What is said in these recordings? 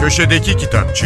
Köşedeki Kitapçı.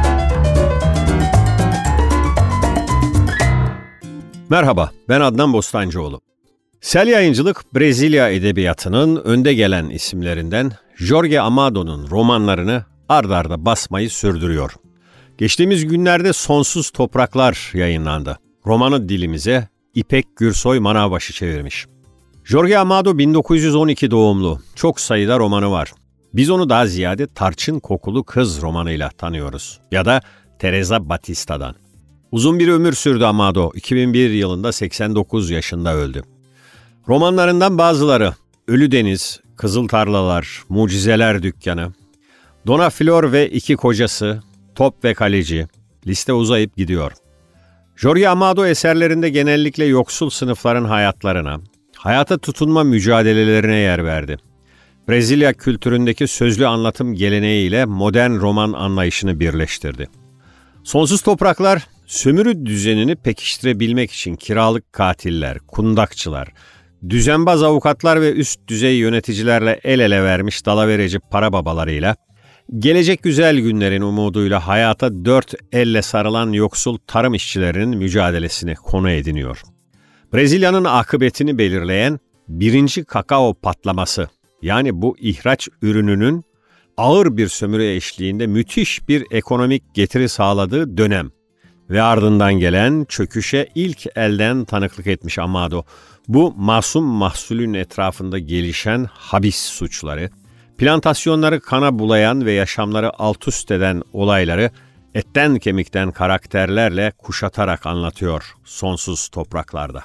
Merhaba, ben Adnan Bostancıoğlu. Sel Yayıncılık, Brezilya edebiyatının önde gelen isimlerinden Jorge Amado'nun romanlarını ard arda basmayı sürdürüyor. Geçtiğimiz günlerde Sonsuz Topraklar yayınlandı. Romanı dilimize İpek Gürsoy Manavbaşı çevirmiş. Jorge Amado 1912 doğumlu. Çok sayıda romanı var. Biz onu daha ziyade Tarçın Kokulu Kız romanıyla tanıyoruz. Ya da Teresa Batista'dan. Uzun bir ömür sürdü Amado. 2001 yılında 89 yaşında öldü. Romanlarından bazıları Ölü Deniz, Kızıl Tarlalar, Mucizeler Dükkanı, Dona Flor ve İki Kocası, Top ve Kaleci, liste uzayıp gidiyor. Jorge Amado eserlerinde genellikle yoksul sınıfların hayatlarına, hayata tutunma mücadelelerine yer verdi. Brezilya kültüründeki sözlü anlatım geleneğiyle modern roman anlayışını birleştirdi. Sonsuz Topraklar, sömürü düzenini pekiştirebilmek için kiralık katiller, kundakçılar, düzenbaz avukatlar ve üst düzey yöneticilerle el ele vermiş dalavereci para babalarıyla, gelecek güzel günlerin umuduyla hayata dört elle sarılan yoksul tarım işçilerinin mücadelesini konu ediniyor. Brezilya'nın akıbetini belirleyen birinci kakao patlaması, yani bu ihraç ürününün ağır bir sömürü eşliğinde müthiş bir ekonomik getiri sağladığı dönem ve ardından gelen çöküşe ilk elden tanıklık etmiş Amado. Bu masum mahsulün etrafında gelişen habis suçları, plantasyonları kana bulayan ve yaşamları altüst eden olayları etten kemikten karakterlerle kuşatarak anlatıyor Sonsuz Topraklar'da.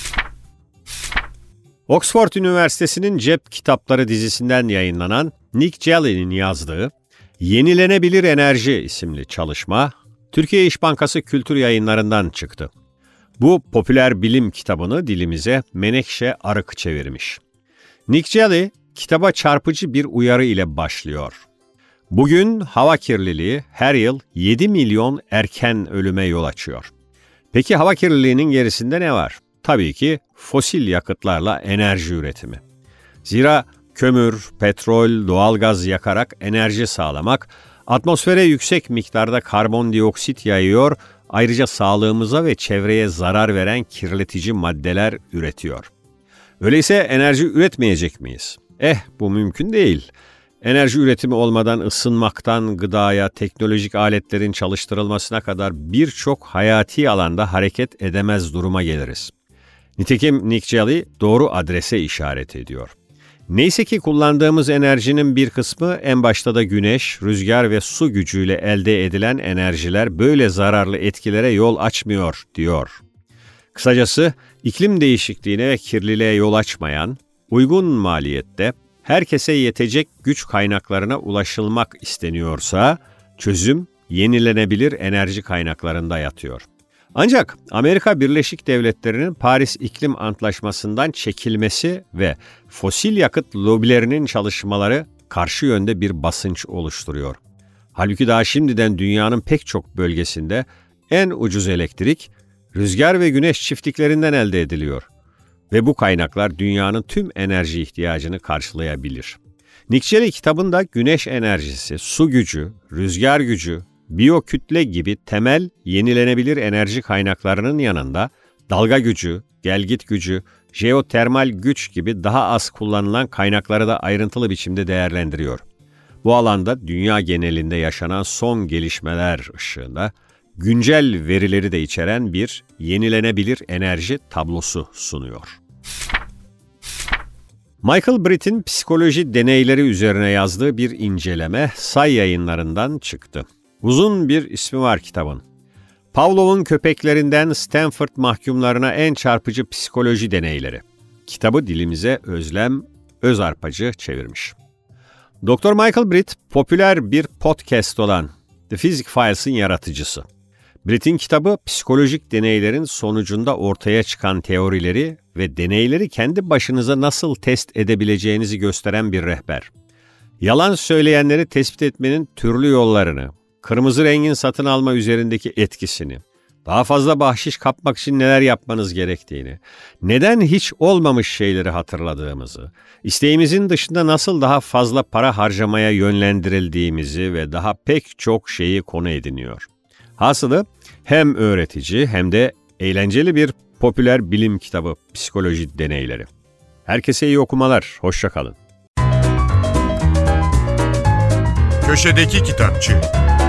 Oxford Üniversitesi'nin Cep Kitapları dizisinden yayınlanan Nick Jelley'nin yazdığı Yenilenebilir Enerji isimli çalışma, Türkiye İş Bankası Kültür Yayınları'ndan çıktı. Bu popüler bilim kitabını dilimize Menekşe Arık çevirmiş. Nick Jelley, kitaba çarpıcı bir uyarı ile başlıyor. Bugün hava kirliliği her yıl 7 milyon erken ölüme yol açıyor. Peki hava kirliliğinin gerisinde ne var? Tabii ki fosil yakıtlarla enerji üretimi. Zira kömür, petrol, doğalgaz yakarak enerji sağlamak, atmosfere yüksek miktarda karbondioksit yayıyor, ayrıca sağlığımıza ve çevreye zarar veren kirletici maddeler üretiyor. Öyleyse enerji üretmeyecek miyiz? Bu mümkün değil. Enerji üretimi olmadan ısınmaktan gıdaya, teknolojik aletlerin çalıştırılmasına kadar birçok hayati alanda hareket edemez duruma geliriz. Nitekim Nick Jelley doğru adrese işaret ediyor. Neyse ki kullandığımız enerjinin bir kısmı en başta da güneş, rüzgar ve su gücüyle elde edilen enerjiler böyle zararlı etkilere yol açmıyor, diyor. Kısacası iklim değişikliğine ve kirliliğe yol açmayan, uygun maliyette herkese yetecek güç kaynaklarına ulaşılmak isteniyorsa çözüm yenilenebilir enerji kaynaklarında yatıyor. Ancak Amerika Birleşik Devletleri'nin Paris İklim Antlaşması'ndan çekilmesi ve fosil yakıt lobilerinin çalışmaları karşı yönde bir basınç oluşturuyor. Halbuki daha şimdiden dünyanın pek çok bölgesinde en ucuz elektrik, rüzgar ve güneş çiftliklerinden elde ediliyor. Ve bu kaynaklar dünyanın tüm enerji ihtiyacını karşılayabilir. Nick Jelley kitabında güneş enerjisi, su gücü, rüzgar gücü, biyokütle gibi temel yenilenebilir enerji kaynaklarının yanında dalga gücü, gelgit gücü, jeotermal güç gibi daha az kullanılan kaynakları da ayrıntılı biçimde değerlendiriyor. Bu alanda dünya genelinde yaşanan son gelişmeler ışığında güncel verileri de içeren bir yenilenebilir enerji tablosu sunuyor. Michael Britt'in psikoloji deneyleri üzerine yazdığı bir inceleme Say Yayınları'ndan çıktı. Uzun bir ismi var kitabın. Pavlov'un köpeklerinden Stanford mahkumlarına en çarpıcı psikoloji deneyleri. Kitabı dilimize Özlem Özarpacı çevirmiş. Dr. Michael Britt, popüler bir podcast olan The Physics Files'ın yaratıcısı. Britt'in kitabı psikolojik deneylerin sonucunda ortaya çıkan teorileri ve deneyleri kendi başınıza nasıl test edebileceğinizi gösteren bir rehber. Yalan söyleyenleri tespit etmenin türlü yollarını, kırmızı rengin satın alma üzerindeki etkisini, daha fazla bahşiş kapmak için neler yapmanız gerektiğini, neden hiç olmamış şeyleri hatırladığımızı, isteğimizin dışında nasıl daha fazla para harcamaya yönlendirildiğimizi ve daha pek çok şeyi konu ediniyor. Hasılı hem öğretici hem de eğlenceli bir popüler bilim kitabı psikoloji deneyleri. Herkese iyi okumalar, hoşça kalın. Köşedeki Kitapçı.